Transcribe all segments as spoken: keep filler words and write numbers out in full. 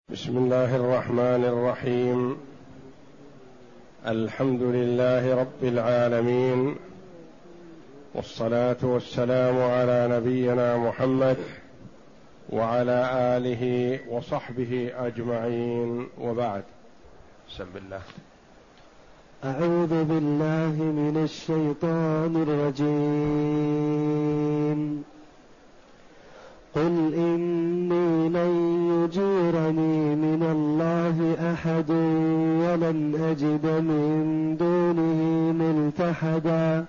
بسم الله الرحمن الرحيم. الحمد لله رب العالمين، والصلاة والسلام على نبينا محمد وعلى آله وصحبه أجمعين، وبعد. بسم الله. أعوذ بالله من الشيطان الرجيم. قل إني لن يجيرني من الله أحد ولن أجد من دونه ملتحدا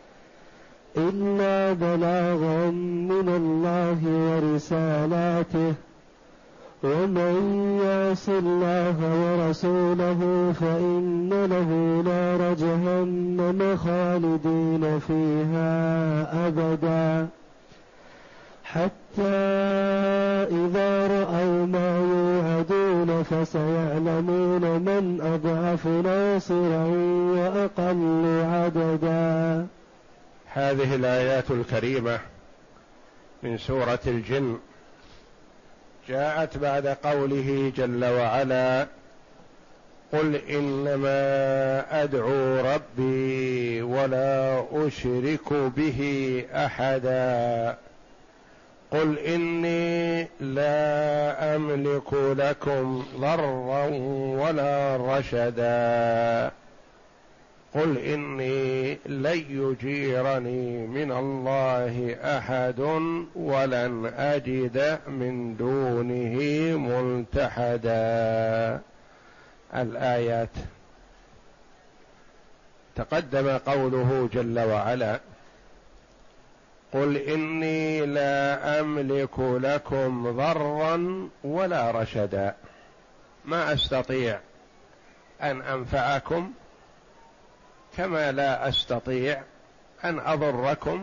إلا بلاغا من الله ورسالاته ومن يعص الله ورسوله فإن له نار جهنم خالدين فيها أبدا حتى إذا رأوا ما يوعدون فسيعلمون من أضعف ناصرا وأقل عددا. هذه الآيات الكريمة من سورة الجن جاءت بعد قوله جل وعلا: قل إنما أدعو ربي ولا أشرك به أحدا قل إني لا أملك لكم ضرا ولا رشدا قل إني لن يجيرني من الله أحد ولن أجد من دونه ملتحدا. الآيات. تقدم قوله جل وعلا: قل إني لا أملك لكم ضرا ولا رشدا، ما أستطيع أن أنفعكم كما لا أستطيع أن أضركم،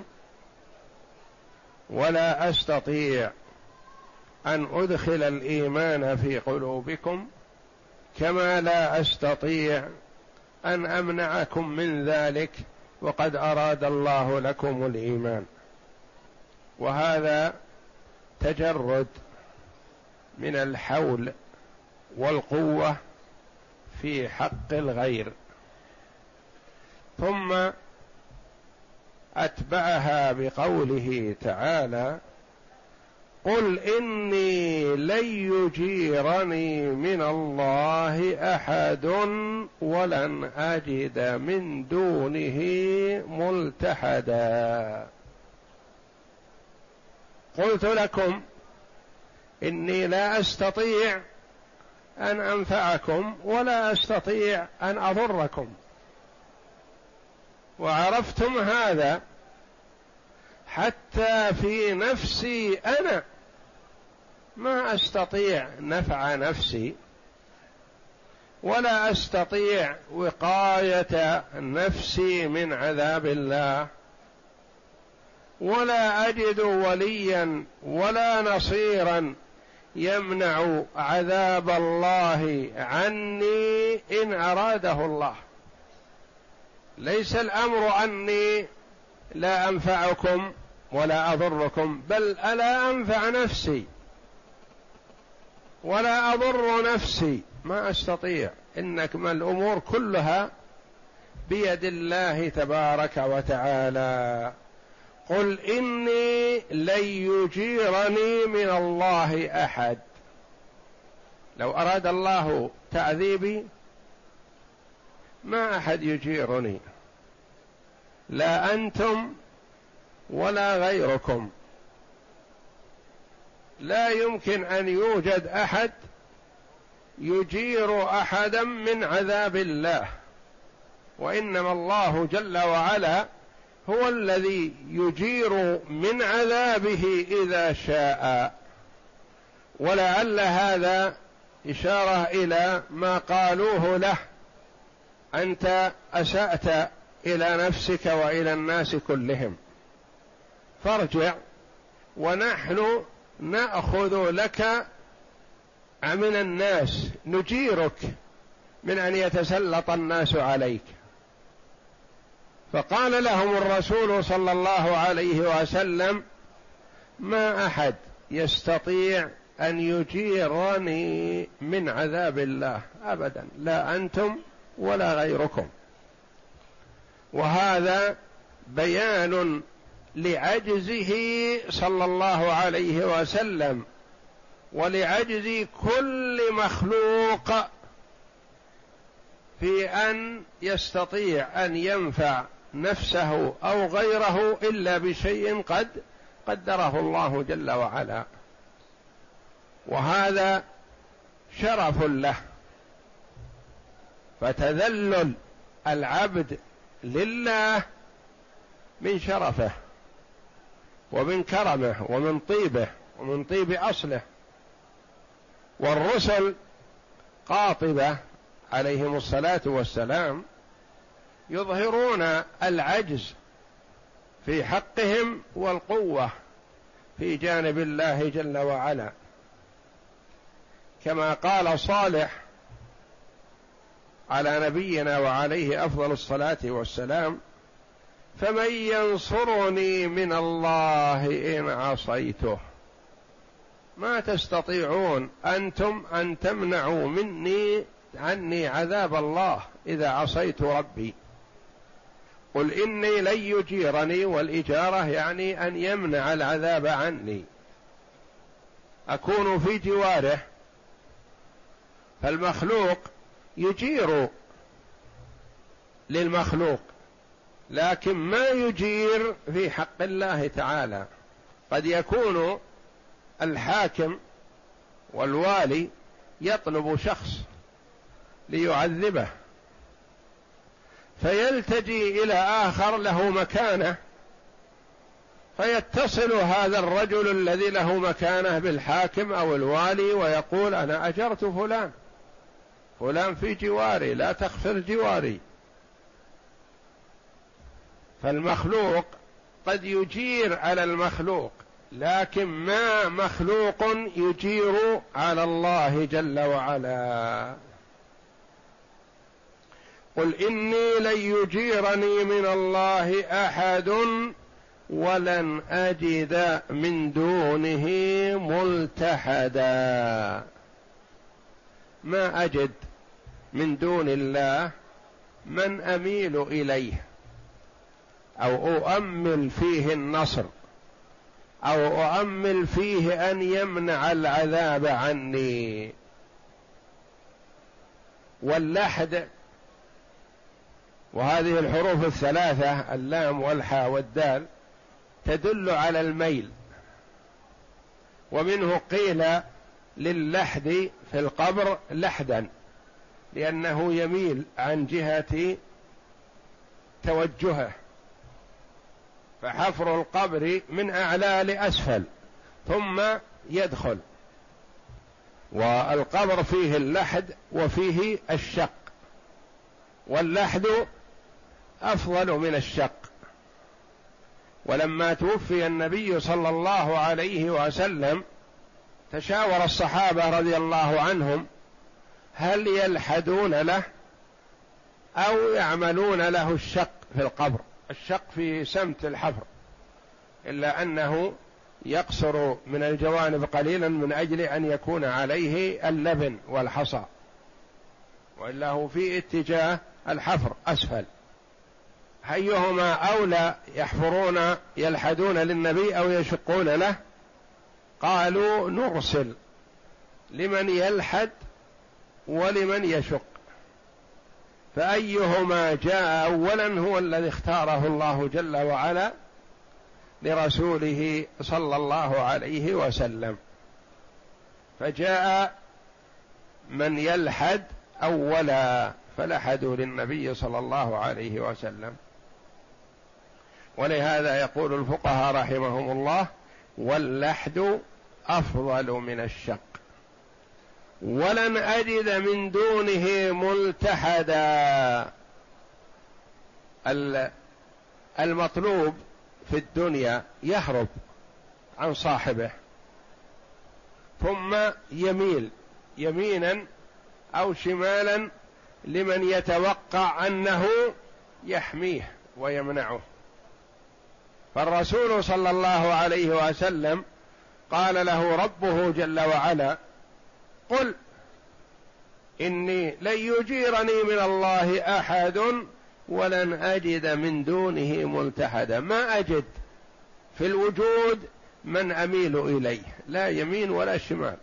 ولا أستطيع أن أدخل الإيمان في قلوبكم كما لا أستطيع أن أمنعكم من ذلك وقد أراد الله لكم الإيمان. وهذا تجرد من الحول والقوة في حق الغير. ثم أتبعها بقوله تعالى: قل إني لن يجيرني من الله أحد ولن أجد من دونه ملتحدا. قلت لكم إني لا أستطيع أن أنفعكم ولا أستطيع أن أضركم، وعرفتم هذا حتى في نفسي أنا ما أستطيع نفع نفسي ولا أستطيع وقاية نفسي من عذاب الله، ولا أجد وليا ولا نصيرا يمنع عذاب الله عني إن أراده الله. ليس الأمر أني لا أنفعكم ولا أضركم، بل ألا أنفع نفسي ولا أضر نفسي، ما أستطيع. إنما الأمور كلها بيد الله تبارك وتعالى. قل إني لن يجيرني من الله أحد. لو أراد الله تعذيبي ما أحد يجيرني، لا أنتم ولا غيركم. لا يمكن أن يوجد أحد يجير أحدا من عذاب الله، وإنما الله جل وعلا هو الذي يجير من عذابه إذا شاء. ولعل هذا إشارة إلى ما قالوه له: أنت أسأت إلى نفسك وإلى الناس كلهم، فارجع ونحن نأخذ لك من الناس، نجيرك من أن يتسلط الناس عليك. فقال لهم الرسول صلى الله عليه وسلم: ما أحد يستطيع أن يجيرني من عذاب الله أبدا، لا أنتم ولا غيركم. وهذا بيان لعجزه صلى الله عليه وسلم ولعجز كل مخلوق في أن يستطيع أن ينفع نفسه أو غيره إلا بشيء قد قدره الله جل وعلا، وهذا شرف له. فتذلل العبد لله من شرفه ومن كرمه ومن طيبه ومن طيب أصله. والرسل قاطبة عليهم الصلاة والسلام يظهرون العجز في حقهم والقوة في جانب الله جل وعلا، كما قال صالح على نبينا وعليه أفضل الصلاة والسلام: فمن ينصرني من الله إن عصيته. ما تستطيعون أنتم أن تمنعوا مني عني عذاب الله إذا عصيت ربي. قل إني لن يجيرني، والإجارة يعني أن يمنع العذاب عني، أكون في جواره. فالمخلوق يجير للمخلوق، لكن ما يجير في حق الله تعالى. قد يكون الحاكم والوالي يطلب شخص ليعذبه، فيلتجي إلى آخر له مكانة، فيتصل هذا الرجل الذي له مكانة بالحاكم أو الوالي ويقول: أنا أجرت فلان، فلان في جواري، لا تخفر جواري. فالمخلوق قد يجير على المخلوق، لكن ما مخلوق يجير على الله جل وعلا. قل إني لن يجيرني من الله أحد ولن أجد من دونه ملتحدا. ما أجد من دون الله من أميل إليه أو أؤمل فيه النصر أو أؤمل فيه أن يمنع العذاب عني. واللحد، وهذه الحروف الثلاثة اللام والحاء والدال تدل على الميل، ومنه قيل للحد في القبر لحدا لأنه يميل عن جهة توجهه، فحفر القبر من أعلى لأسفل ثم يدخل، والقبر فيه اللحد وفيه الشق، واللحد أفضل من الشق. ولما توفي النبي صلى الله عليه وسلم تشاور الصحابة رضي الله عنهم هل يلحدون له أو يعملون له الشق في القبر. الشق في سمت الحفر، إلا أنه يقصر من الجوانب قليلا من أجل أن يكون عليه اللبن والحصى، وإلا هو في اتجاه الحفر أسفل. أيهما أولى، يحفرون يلحدون للنبي أو يشقون له؟ قالوا نرسل لمن يلحد ولمن يشق، فأيهما جاء أولا هو الذي اختاره الله جل وعلا لرسوله صلى الله عليه وسلم. فجاء من يلحد أولا فلحدوا للنبي صلى الله عليه وسلم. ولهذا يقول الفقهاء رحمهم الله: واللحد أفضل من الشق. ولن أجد من دونه ملتحدا. المطلوب في الدنيا يهرب عن صاحبه ثم يميل يمينا أو شمالا لمن يتوقع أنه يحميه ويمنعه. فالرسول صلى الله عليه وسلم قال له ربه جل وعلا: قل إني لن يجيرني من الله أحد ولن أجد من دونه ملتحدا. ما أجد في الوجود من أميل إليه، لا يمين ولا شمال،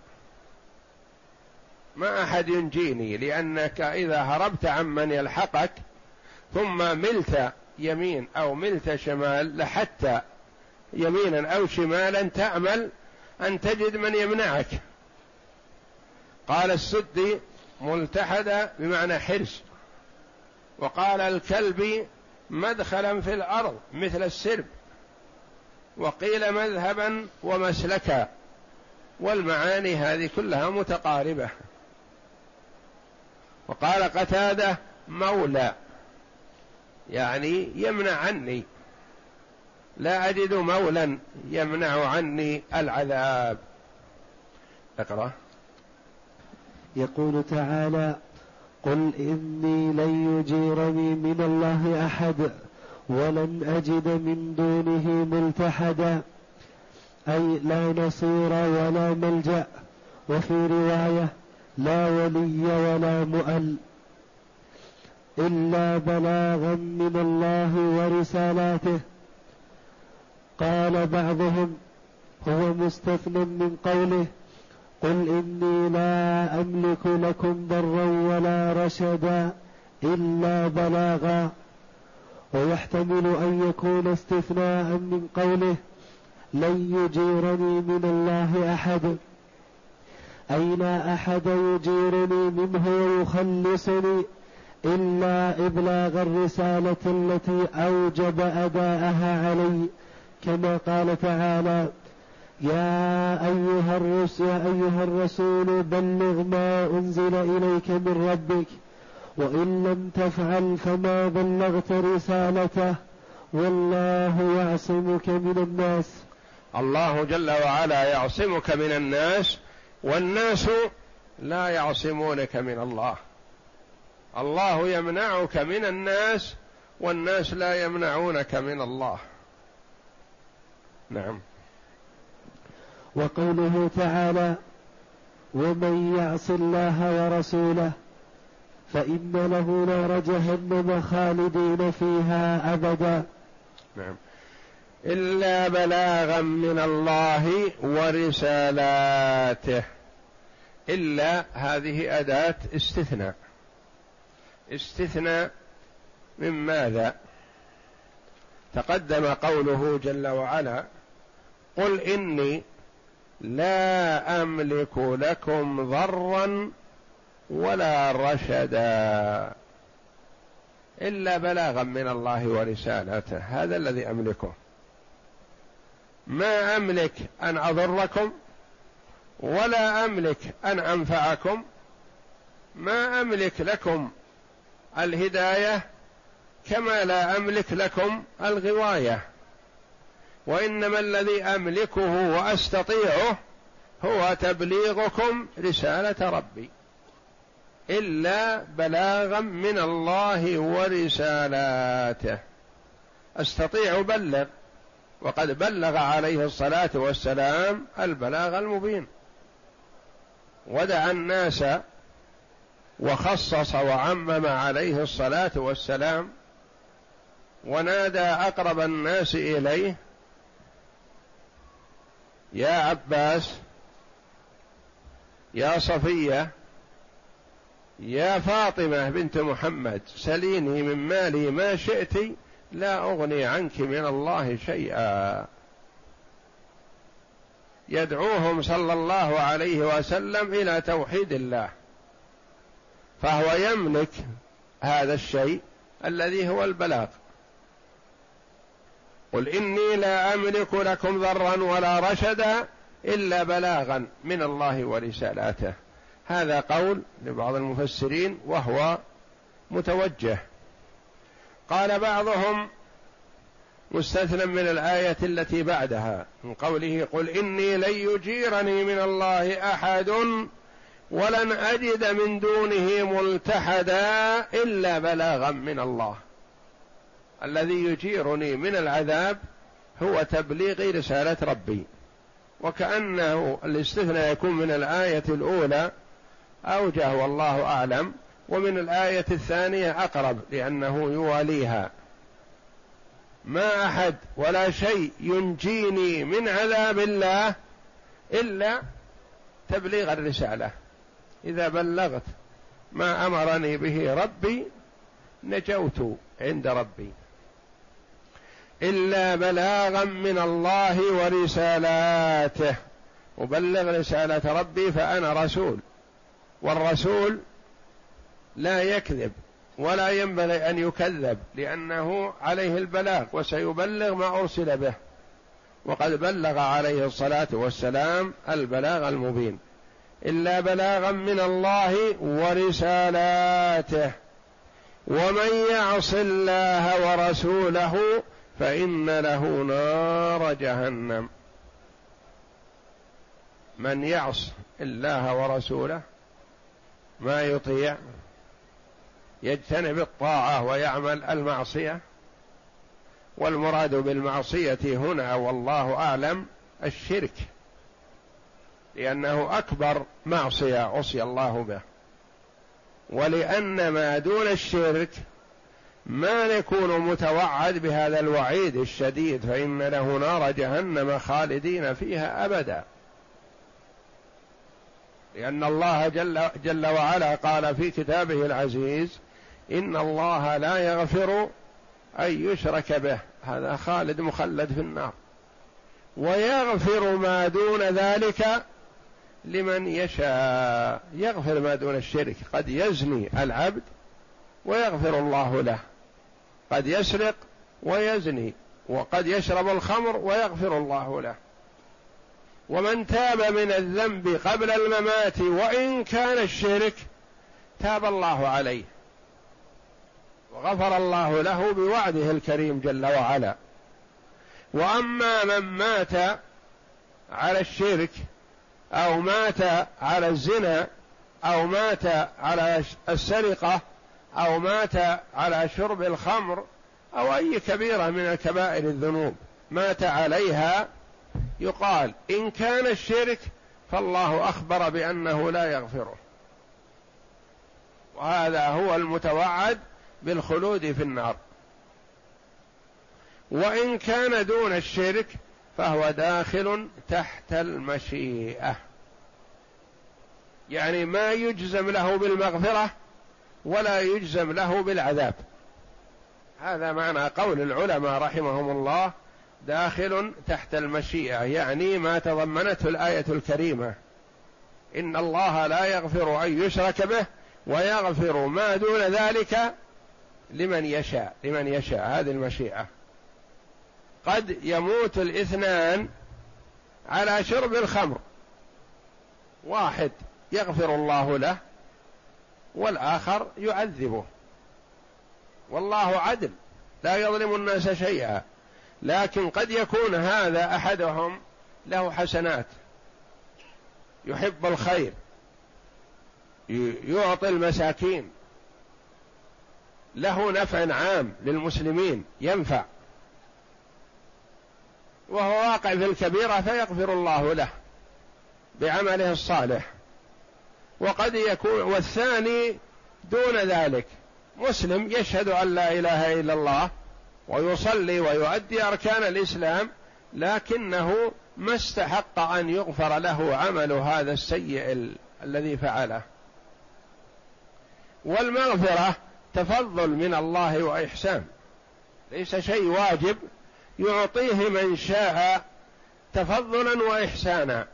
ما أحد ينجيني، لأنك إذا هربت عمن يلحقك ثم ملت يمين أو ملت شمال لحتى يمينا أو شمالا تأمل أن تجد من يمنعك. قال السدي: ملتحد بمعنى حرص. وقال الكلب: مدخلا في الأرض مثل السرب. وقيل مذهبا ومسلكا، والمعاني هذه كلها متقاربة. وقال قتادة: مولى، يعني يمنع عني، لا أجد مولا يمنع عني العذاب. اقرأ. يقول تعالى: قل إني لن يجيرني من الله أحد ولن أجد من دونه ملتحدا، أي لا نصير ولا ملجأ. وفي رواية: لا ولي ولا مؤل إلا بلاغا من الله ورسالاته. قال بعضهم: هو مستثنى من قوله: قل إني لا أملك لكم ضرا ولا رشدا إلا بلاغا. ويحتمل أن يكون استثناء من قوله: لن يجيرني من الله أحد، أي لا أحد يجيرني منه ويخلصني إلا إبلاغ الرسالة التي أوجب أداءها علي، كما قال تعالى: يا أيها الرسول, يا أيها الرسول بلغ ما أنزل إليك من ربك وإن لم تفعل فما بلغت رسالته والله يعصمك من الناس. الله جل وعلا يعصمك من الناس، والناس لا يعصمونك من الله. الله يمنعك من الناس والناس لا يمنعونك من الله. نعم. وقوله تعالى: ومن يعص الله ورسوله فإن له نار جهنم خالدين فيها أبدا. نعم. إلا بلاغا من الله ورسالاته. إلا هذه أداة استثناء. استثناء من ماذا؟ تقدم قوله جل وعلا: قل إني لا أملك لكم ضرا ولا رشدا إلا بلاغا من الله ورسالته. هذا الذي أملكه، ما أملك أن أضركم ولا أملك أن أنفعكم، ما أملك لكم الهداية كما لا أملك لكم الغواية، وإنما الذي أملكه وأستطيعه هو تبليغكم رسالة ربي. إلا بلاغا من الله ورسالاته. أستطيع بلغ، وقد بلغ عليه الصلاة والسلام البلاغ المبين، ودعا الناس وخصص وعمم عليه الصلاة والسلام، ونادى أقرب الناس إليه: يا عباس، يا صفية، يا فاطمة بنت محمد، سليني من مالي ما شئت لا أغني عنك من الله شيئا. يدعوهم صلى الله عليه وسلم إلى توحيد الله، فهو يملك هذا الشيء الذي هو البلاغ. قل إني لا أملك لكم ضرا ولا رشدا إلا بلاغا من الله ورسالاته. هذا قول لبعض المفسرين وهو متوجه. قال بعضهم مستثنى من الآية التي بعدها من قوله: قل إني لن يجيرني من الله أحد ولن أجد من دونه ملتحدا إلا بلاغا من الله. الذي يجيرني من العذاب هو تبليغ رسالة ربي، وكأنه الاستثناء يكون من الآية الأولى أوجه والله أعلم، ومن الآية الثانية أقرب لأنه يواليها. ما أحد ولا شيء ينجيني من عذاب الله إلا تبليغ الرسالة، إذا بلغت ما أمرني به ربي نجوت عند ربي، إلا بلاغا من الله ورسالاته، أبلغ رسالة ربي فأنا رسول، والرسول لا يكذب ولا ينبغي أن يكذب، لأنه عليه البلاغ وسيبلغ ما أرسل به، وقد بلغ عليه الصلاة والسلام البلاغ المبين. إلا بلاغا من الله ورسالاته، ومن يعص الله ورسوله فإن له نار جهنم. من يعص الله ورسوله، ما يطيع، يجتنب الطاعة ويعمل المعصية، والمراد بالمعصية هنا والله أعلم الشرك، لأنه أكبر معصية عصي الله به، ولأن ما دون الشرك ما يكون متوعد بهذا الوعيد الشديد، فإن له نار جهنم خالدين فيها أبدا، لأن الله جل, جل وعلا قال في كتابه العزيز: إن الله لا يغفر أن يشرك به، هذا خالد مخلد في النار، ويغفر ما دون ذلك لمن يشاء. يغفر ما دون الشرك، قد يزني العبد ويغفر الله له، قد يسرق ويزني، وقد يشرب الخمر ويغفر الله له. ومن تاب من الذنب قبل الممات وإن كان الشرك تاب الله عليه وغفر الله له بوعده الكريم جل وعلا. وأما من مات على الشرك أو مات على الزنا أو مات على السرقة أو مات على شرب الخمر أو أي كبيرة من الكبائر الذنوب مات عليها، يقال إن كان الشرك فالله أخبر بأنه لا يغفره، وهذا هو المتوعد بالخلود في النار. وإن كان دون الشرك فهو داخل تحت المشيئة، يعني ما يجزم له بالمغفرة ولا يجزم له بالعذاب. هذا معنى قول العلماء رحمهم الله داخل تحت المشيئة، يعني ما تضمنته الآية الكريمة: إن الله لا يغفر أن يشرك به ويغفر ما دون ذلك لمن يشاء. لمن يشاء هذه المشيئة. قد يموت الاثنان على شرب الخمر، واحد يغفر الله له والآخر يعذبه، والله عدل لا يظلم الناس شيئا، لكن قد يكون هذا أحدهم له حسنات، يحب الخير، يعطي المساكين، له نفع عام للمسلمين ينفع، وهو واقع في الكبيرة فيغفر الله له بعمله الصالح. وقد يكون والثاني دون ذلك، مسلم يشهد أن لا إله إلا الله ويصلي ويؤدي أركان الإسلام، لكنه ما استحق أن يغفر له عمل هذا السيء ال... الذي فعله. والمغفرة تفضل من الله وإحسان، ليس شيء واجب، يعطيه من شاء تفضلا وإحسانا،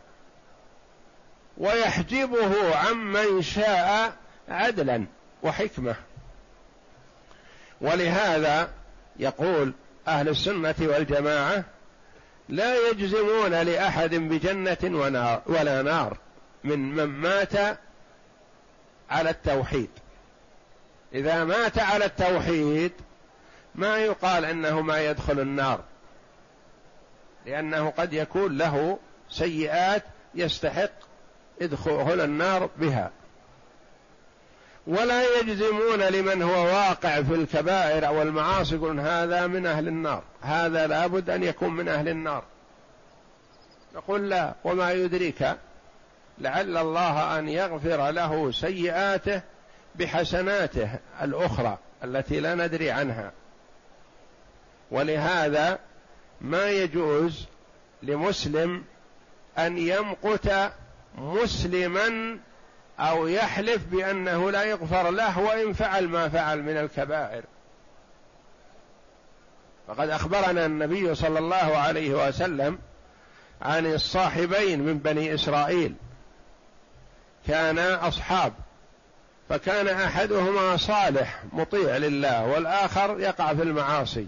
ويحجبه عمن شاء عدلا وحكمة. ولهذا يقول أهل السنة والجماعة: لا يجزمون لأحد بجنة ونار ولا نار من من مات على التوحيد. إذا مات على التوحيد ما يقال أنه ما يدخل النار، لأنه قد يكون له سيئات يستحق يدخل النار بها. ولا يجزمون لمن هو واقع في الكبائر أو المعاصي يقولون هذا من أهل النار، هذا لابد أن يكون من أهل النار. يقول لا، وما يدريك لعل الله أن يغفر له سيئاته بحسناته الأخرى التي لا ندري عنها. ولهذا ما يجوز لمسلم أن يمقت مسلما أو يحلف بأنه لا يغفر له وإن فعل ما فعل من الكبائر. فقد أخبرنا النبي صلى الله عليه وسلم عن الصاحبين من بني إسرائيل، كانا أصحاب، فكان أحدهما صالح مطيع لله والآخر يقع في المعاصي،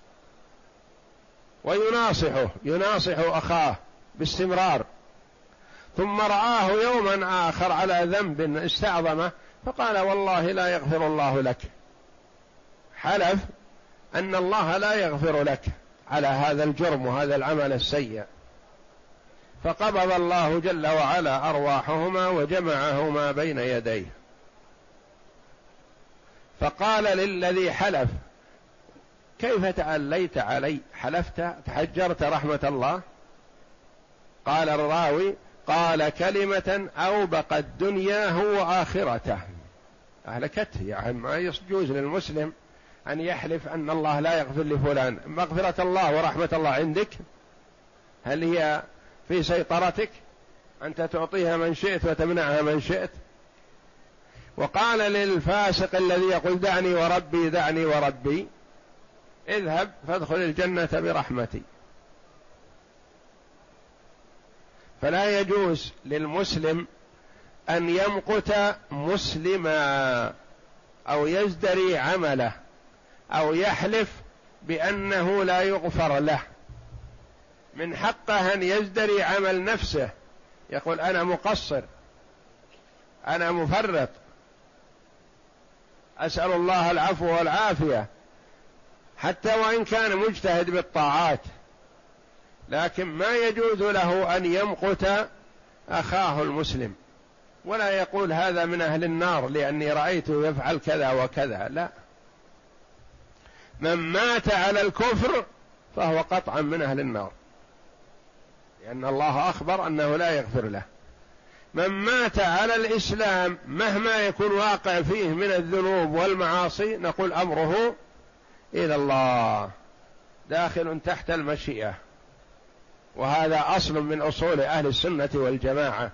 ويناصحه يناصح أخاه باستمرار، ثم رآه يوما آخر على ذنب استعظمه فقال والله لا يغفر الله لك، حلف أن الله لا يغفر لك على هذا الجرم وهذا العمل السيء، فقبض الله جل وعلا أرواحهما وجمعهما بين يديه. فقال للذي حلف كيف تأليت علي؟ حلفت تحجرت رحمة الله؟ قال الراوي قال كلمة أوبقت دنياه وآخرته، أهلكته. يعني ما يجوز للمسلم أن يحلف أن الله لا يغفر لفلان. مغفرة الله ورحمة الله عندك؟ هل هي في سيطرتك أنت تعطيها من شئت وتمنعها من شئت؟ وقال للفاسق الذي يقول دعني وربي دعني وربي اذهب فادخل الجنة برحمتي. فلا يجوز للمسلم أن يمقت مسلما أو يزدري عمله أو يحلف بأنه لا يغفر له. من حقه أن يزدري عمل نفسه، يقول أنا مقصر، أنا مفرط، أسأل الله العفو والعافية، حتى وإن كان مجتهد بالطاعات، لكن ما يجوز له أن يمقت أخاه المسلم، ولا يقول هذا من أهل النار لأني رأيته يفعل كذا وكذا. لا، من مات على الكفر فهو قطعا من أهل النار، لأن الله أخبر أنه لا يغفر له. من مات على الإسلام مهما يكون واقع فيه من الذنوب والمعاصي نقول أمره إلى الله، داخل تحت المشيئة، وهذا أصل من أصول أهل السنة والجماعة،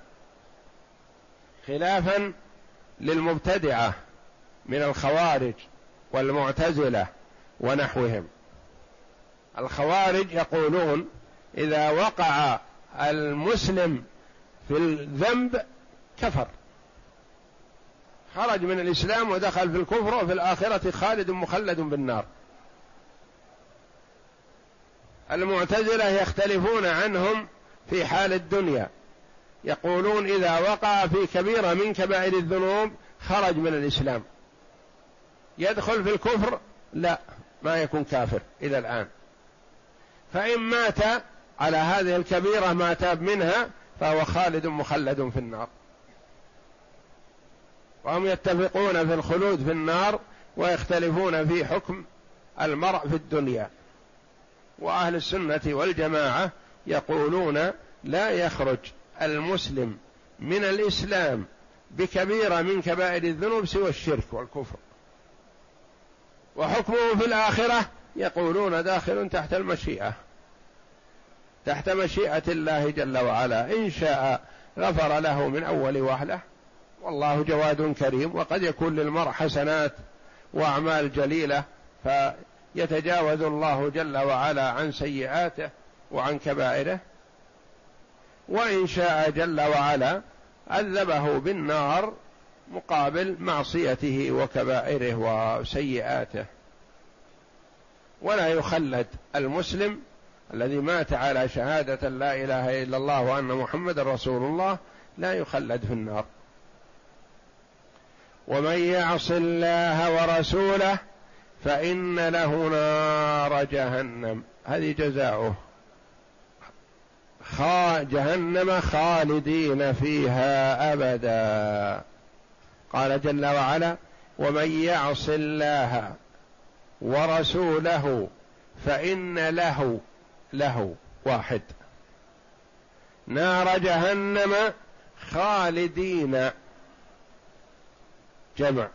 خلافا للمبتدعة من الخوارج والمعتزلة ونحوهم. الخوارج يقولون إذا وقع المسلم في الذنب كفر، خرج من الإسلام ودخل في الكفر، وفي الآخرة خالد مخلد بالنار. المعتزلة يختلفون عنهم في حال الدنيا، يقولون إذا وقع في كبيرة من كبائر الذنوب خرج من الإسلام، يدخل في الكفر لا، ما يكون كافر إلى الآن، فإن مات على هذه الكبيرة ما تاب منها فهو خالد مخلد في النار. وهم يتفقون في الخلود في النار ويختلفون في حكم المرء في الدنيا. وأهل السنة والجماعة يقولون لا يخرج المسلم من الإسلام بكبيرة من كبائر الذنوب سوى الشرك والكفر، وحكمه في الآخرة يقولون داخل تحت المشيئة، تحت مشيئة الله جل وعلا، إن شاء غفر له من أول وهلة، والله جواد كريم. وقد يكون للمرء حسنات وأعمال جليلة فيتجاوز الله جل وعلا عن سيئاته وعن كبائره، وإن شاء جل وعلا عذبه بالنار مقابل معصيته وكبائره وسيئاته. ولا يخلد المسلم الذي مات على شهادة لا إله إلا الله وأن محمد رسول الله، لا يخلد في النار. ومن يعص الله ورسوله فإن له نار جهنم، هذه جزاؤه، جهنم خالدين فيها أبدا. قال جل وعلا ومن يعص الله ورسوله،، فإن له له واحد نار جهنم خالدين، جمع،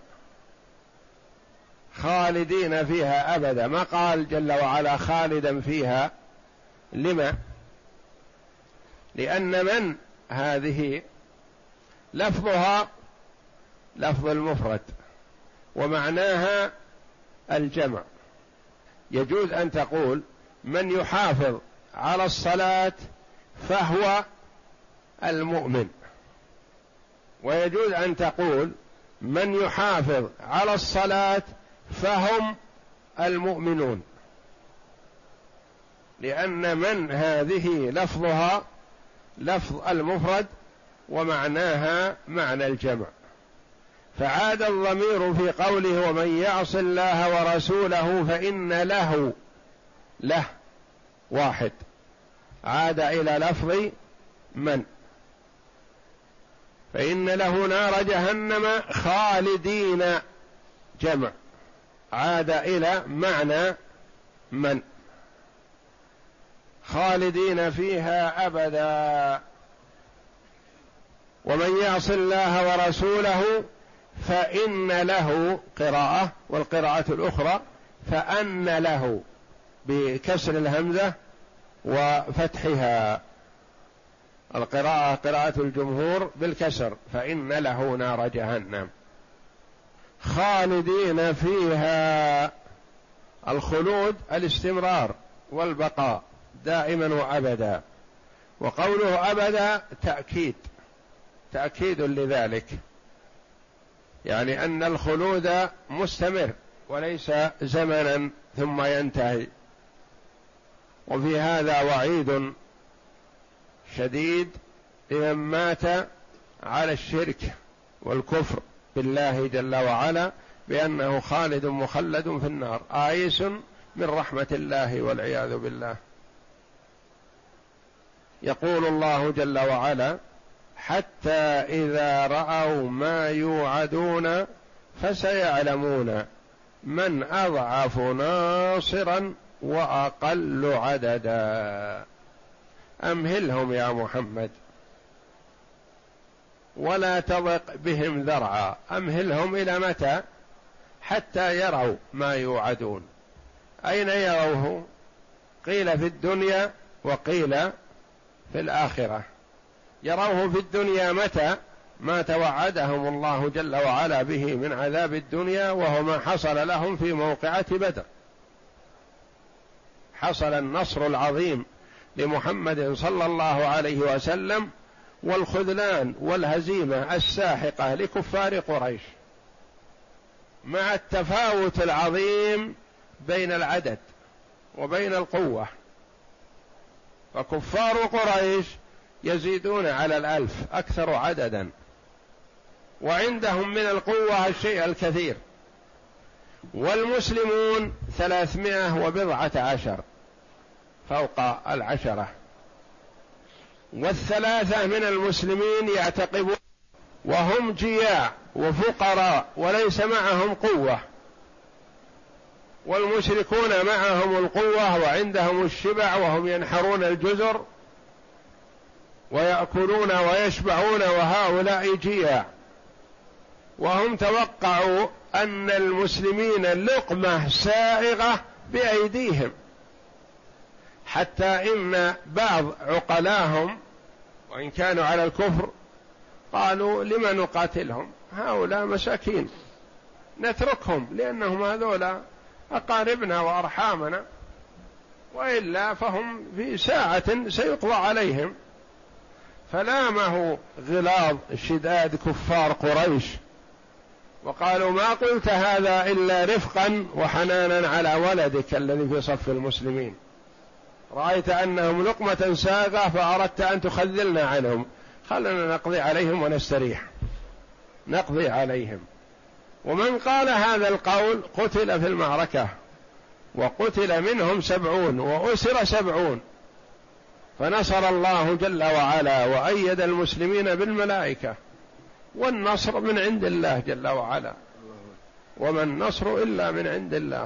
خالدين فيها أبدا، ما قال جل وعلا خالدا فيها. لما؟ لأن من هذه لفظها لفظ المفرد ومعناها الجمع. يجوز أن تقول من يحافظ على الصلاة فهو المؤمن، ويجوز أن تقول من يحافظ على الصلاة فهم المؤمنون، لأن من هذه لفظها لفظ المفرد ومعناها معنى الجمع. فعاد الضمير في قوله ومن يعص الله ورسوله فإن له، له واحد، عاد إلى لفظ من، فإن له نار جهنم خالدين، جمع، عاد إلى معنى من، خالدين فيها أبدا. ومن يعص الله ورسوله فإن له قراءة، والقراءة الأخرى فأن له بكسر الهمزة وفتحها، القراءة قراءة الجمهور بالكسر، فإن له نار جهنم خالدين فيها. الخلود الاستمرار والبقاء دائما وأبدا، وقوله أبدا تأكيد، تأكيد لذلك، يعني أن الخلود مستمر وليس زمنا ثم ينتهي. وفي هذا وعيد شديد لمن مات على الشرك والكفر بالله جل وعلا بأنه خالد مخلد في النار آيس من رحمة الله والعياذ بالله. يقول الله جل وعلا حتى إذا رأوا ما يوعدون فسيعلمون من أضعف ناصرا وأقل عددا. أمهلهم يا محمد ولا تضق بهم ذرعا، أمهلهم إلى متى؟ حتى يروا ما يوعدون. أين يروه؟ قيل في الدنيا وقيل في الآخرة. يروه في الدنيا متى؟ ما توعدهم الله جل وعلا به من عذاب الدنيا، وهو ما حصل لهم في موقعة بدر. حصل النصر العظيم لمحمد صلى الله عليه وسلم، والخذلان والهزيمة الساحقة لكفار قريش، مع التفاوت العظيم بين العدد وبين القوة. فكفار قريش يزيدون على الألف، أكثر عددا، وعندهم من القوة الشيء الكثير، والمسلمون ثلاثمائة وبضعة عشر فوق العشرة. والثلاثة من المسلمين يعتقبون وهم جياع وفقراء وليس معهم قوة، والمشركون معهم القوة وعندهم الشبع وهم ينحرون الجزر ويأكلون ويشبعون، وهؤلاء جياع. وهم توقعوا أن المسلمين لقمة سائغة بأيديهم، حتى إن بعض عقلاهم وإن كانوا على الكفر قالوا لما نقاتلهم، هؤلاء مساكين نتركهم لأنهم هذولا أقاربنا وأرحامنا، وإلا فهم في ساعة سيقضى عليهم. فلامه غلاظ شداد كفار قريش وقالوا ما قلت هذا إلا رفقا وحنانا على ولدك الذي في صف المسلمين، رأيت أنهم لقمة ساغة فأردت أن تخذلنا عنهم، خلنا نقضي عليهم ونستريح، نقضي عليهم. ومن قال هذا القول قتل في المعركة، وقتل منهم سبعون وأسر سبعون، فنصر الله جل وعلا وأيد المسلمين بالملائكة، والنصر من عند الله جل وعلا، وما النصر إلا من عند الله.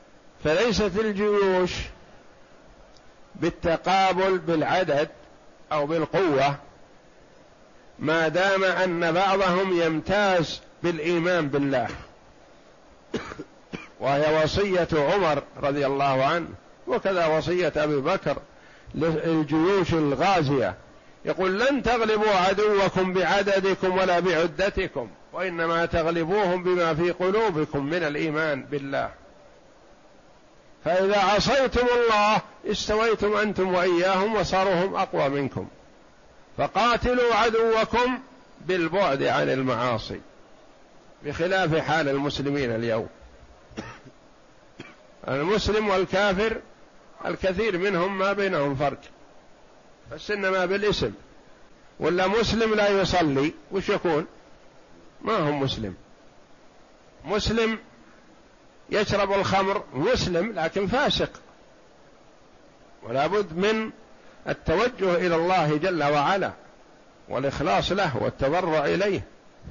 فليست الجيوش بالتقابل بالعدد أو بالقوة، ما دام أن بعضهم يمتاز بالإيمان بالله، وهي وصية عمر رضي الله عنه، وكذا وصية أبي بكر للجيوش الغازية، يقول لن تغلبوا عدوكم بعددكم ولا بعدتكم، وإنما تغلبوهم بما في قلوبكم من الإيمان بالله. فإذا عصيتم الله استويتم أنتم وإياهم وصاروا هم أقوى منكم. فقاتلوا عدوكم بالبعد عن المعاصي، بخلاف حال المسلمين اليوم. المسلم والكافر الكثير منهم ما بينهم فرق، بس إنما بالاسم. ولا مسلم لا يصلي وش يكون؟ ما هم مسلم. مسلم يشرب الخمر مسلم لكن فاسق، ولا بد من التوجه إلى الله جل وعلا والإخلاص له والتضرع إليه.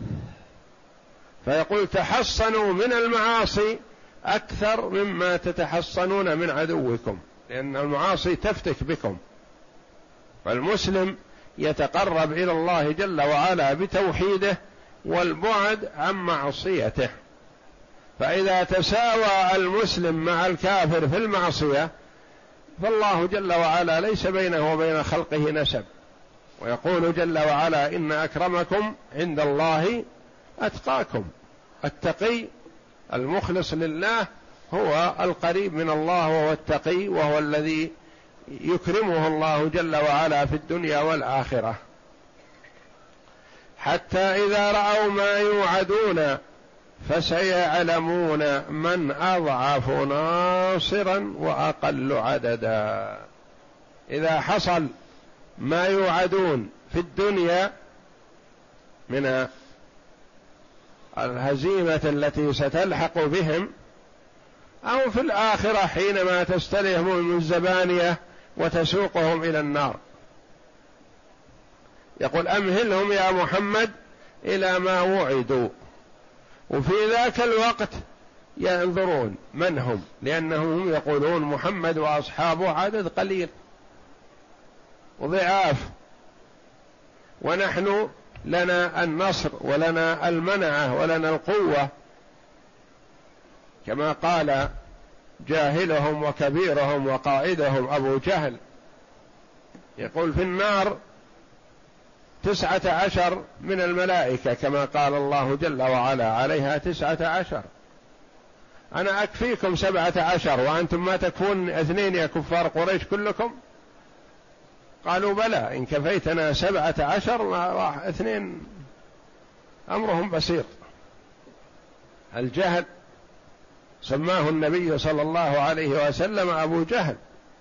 فيقول تحصنوا من المعاصي أكثر مما تتحصنون من عدوكم، لأن المعاصي تفتك بكم. فالمسلم يتقرب إلى الله جل وعلا بتوحيده والبعد عن معصيته. فإذا تساوى المسلم مع الكافر في المعصية فالله جل وعلا ليس بينه وبين خلقه نسب، ويقول جل وعلا إن أكرمكم عند الله أتقاكم. التقي المخلص لله هو القريب من الله، وهو التقي، وهو الذي يكرمه الله جل وعلا في الدنيا والآخرة. حتى إذا رأوا ما يوعدون فسيعلمون من أضعف ناصرا وأقل عددا. إذا حصل ما يوعدون في الدنيا من الهزيمة التي ستلحق بهم، أو في الآخرة حينما تستلهمهم الزبانية وتسوقهم إلى النار، يقول أمهلهم يا محمد إلى ما وعدوا. وفي ذاك الوقت ينظرون من هم، لأنهم يقولون محمد وأصحابه عدد قليل وضعاف، ونحن لنا النصر ولنا المنعة ولنا القوة، كما قال جاهلهم وكبيرهم وقائدهم أبو جهل، يقول في النار تسعة عشر من الملائكة كما قال الله جل وعلا عليها تسعة عشر، أنا أكفيكم سبعة عشر وأنتم ما تكفون اثنين يا كفار قريش كلكم؟ قالوا بلى إن كفيتنا سبعة عشر راح اثنين أمرهم بسيط. الجهل سماه النبي صلى الله عليه وسلم أبو جهل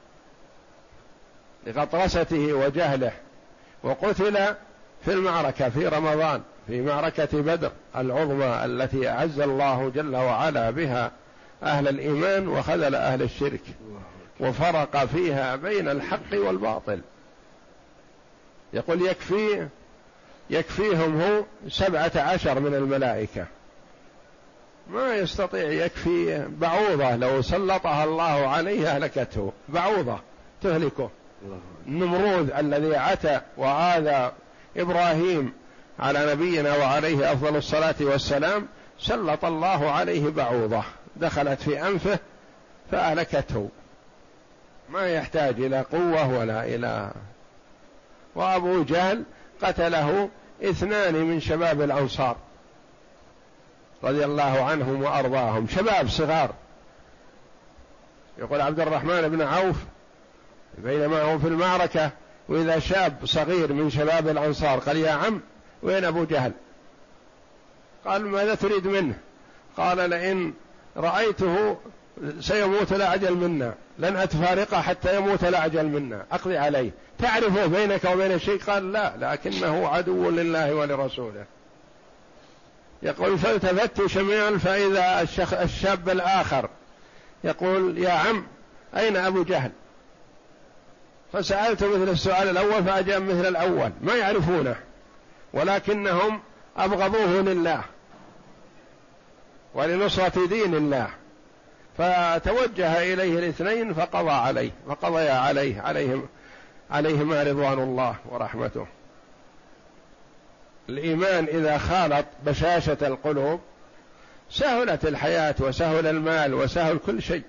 لغطرسته وجهله، وقتل في المعركة في رمضان في معركة بدر العظمى التي أعز الله جل وعلا بها أهل الإيمان وخذل أهل الشرك، وفرق فيها بين الحق والباطل. يقول يكفي يكفيهم هو سبعة عشر من الملائكة، ما يستطيع يكفي بعوضة لو سلطها الله عليه أهلكته، بعوضة تهلكه. النمرود الذي عتى وآذى إبراهيم على نبينا وعليه أفضل الصلاة والسلام سلط الله عليه بعوضة دخلت في أنفه فأهلكته، ما يحتاج إلى قوة ولا إلى. وأبو جهل قتله اثنان من شباب الأنصار رضي الله عنهم وأرضاهم، شباب صغار. يقول عبد الرحمن بن عوف بينما هو في المعركة وإذا شاب صغير من شباب الأنصار قال يا عم وين أبو جهل؟ قال ماذا تريد منه؟ قال لئن رأيته سيموت الأعجل منا لن أتفارقه حتى يموت الأعجل منا، أقضي عليه. تعرفه بينك وبين الشيء؟ قال لا، لكنه عدو لله ولرسوله. يقول فالتفت شميعا فإذا الشاب الآخر يقول يا عم أين أبو جهل؟ فسألت مثل السؤال الأول فأجاب مثل الأول، ما يعرفونه ولكنهم أبغضوه لله ولنصرة دين الله، فتوجه إليه الاثنين فقضى عليه فقضيا عليه عليهم عليهما رضوان الله ورحمته. الإيمان إذا خالط بشاشة القلوب سهلت الحياة وسهل المال وسهل كل شيء.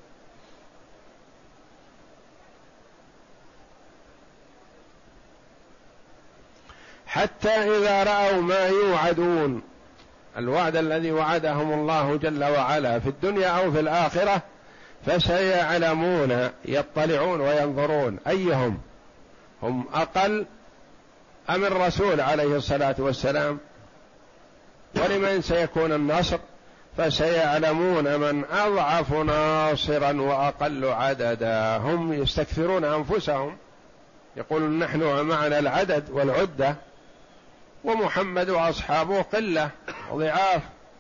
حتى إذا رأوا ما يوعدون، الوعد الذي وعدهم الله جل وعلا في الدنيا أو في الآخرة، فسيعلمون، يطلعون وينظرون أيهم هم أقل أم الرسول عليه الصلاة والسلام، ولمن سيكون النصر، فسيعلمون من أضعف ناصرا وأقل عددا. هم يستكثرون أنفسهم، يقولون نحن معنا العدد والعدة ومحمد وأصحابه قلة ضعاف،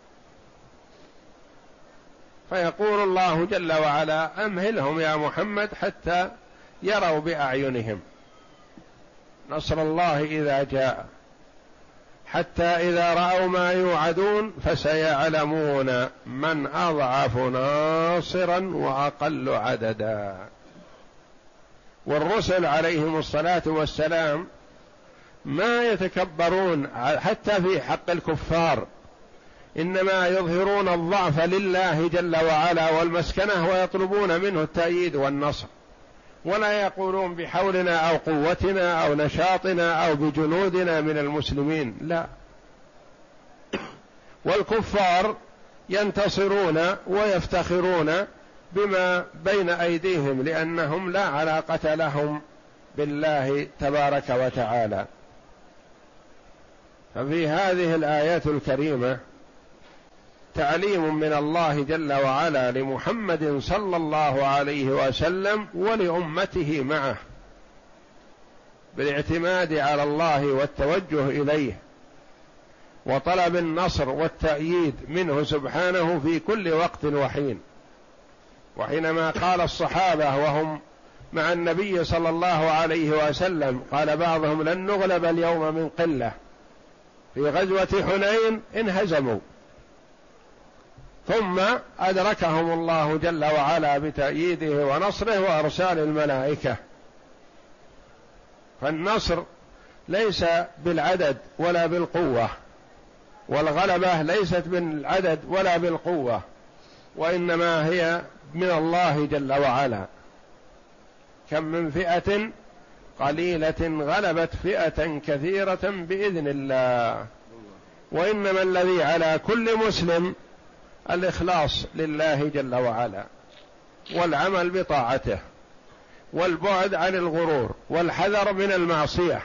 فيقول الله جل وعلا أمهلهم يا محمد حتى يروا بأعينهم نصر الله إذا جاء. حتى إذا رأوا ما يوعدون فسيعلمون من أضعف ناصرا وأقل عددا. والرسل عليهم الصلاة والسلام ما يتكبرون حتى في حق الكفار، إنما يظهرون الضعف لله جل وعلا والمسكنة، ويطلبون منه التأييد والنصر، ولا يقولون بحولنا أو قوتنا أو نشاطنا أو بجنودنا من المسلمين، لا. والكفار ينتصرون ويفتخرون بما بين أيديهم، لأنهم لا علاقة لهم بالله تبارك وتعالى. ففي هذه الآيات الكريمة تعليم من الله جل وعلا لمحمد صلى الله عليه وسلم ولأمته معه بالاعتماد على الله والتوجه إليه وطلب النصر والتأييد منه سبحانه في كل وقت وحين. وحينما قال الصحابة وهم مع النبي صلى الله عليه وسلم، قال بعضهم لن نغلب اليوم من قلة، في غزوة حنين انهزموا، ثم أدركهم الله جل وعلا بتأييده ونصره وأرسال الملائكة. فالنصر ليس بالعدد ولا بالقوة، والغلبة ليست بالعدد ولا بالقوة، وإنما هي من الله جل وعلا. كم من فئة قليلة غلبت فئة كثيرة بإذن الله. وإنما الذي على كل مسلم الإخلاص لله جل وعلا، والعمل بطاعته، والبعد عن الغرور، والحذر من المعصية،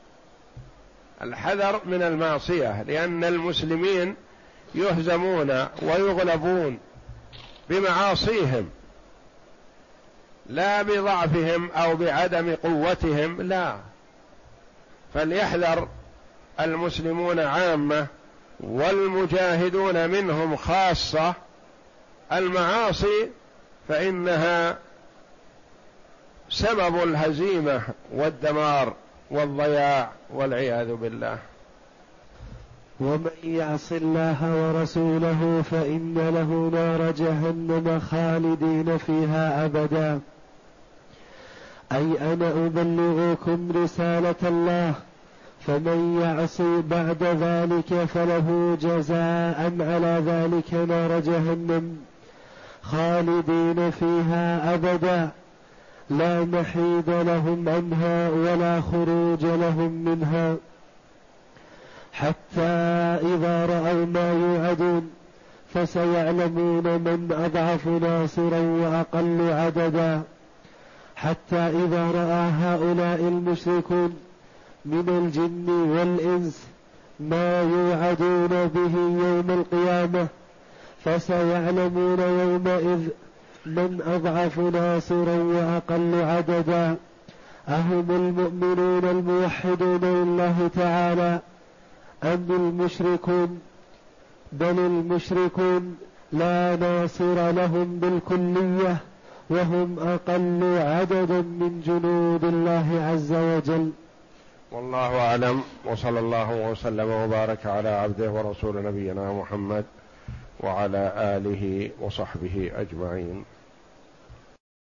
الحذر من المعصية، لأن المسلمين يهزمون ويغلبون بمعاصيهم لا بضعفهم أو بعدم قوتهم، لا. فليحذر المسلمون عامة والمجاهدون منهم خاصة المعاصي، فإنها سبب الهزيمة والدمار والضياع والعياذ بالله. ومن يعص الله ورسوله فإن له نار جهنم خالدين فيها أبدا. أي أنا أبلغكم رسالة الله، فمن يعصي بعد ذلك فله جزاء على ذلك نار جهنم خالدين فيها أبدا، لا محيد لهم عنها ولا خروج لهم منها. حتى إذا رأوا ما يوعدون فسيعلمون من أضعف ناصرا وأقل عددا. حتى إذا رأى هؤلاء المشركون من الجن والإنس ما يوعدون به يوم القيامة فسيعلمون يومئذ من أضعف ناصرا وأقل عددا، أهم المؤمنون الموحدون لله تعالى أم المشركون؟ بل المشركون لا ناصر لهم بالكلية، وهم أقل عددا من جنود الله عز وجل. والله أعلم، وصلى الله وسلم وبارك على عبده ورسول نبينا محمد وعلى آله وصحبه أجمعين.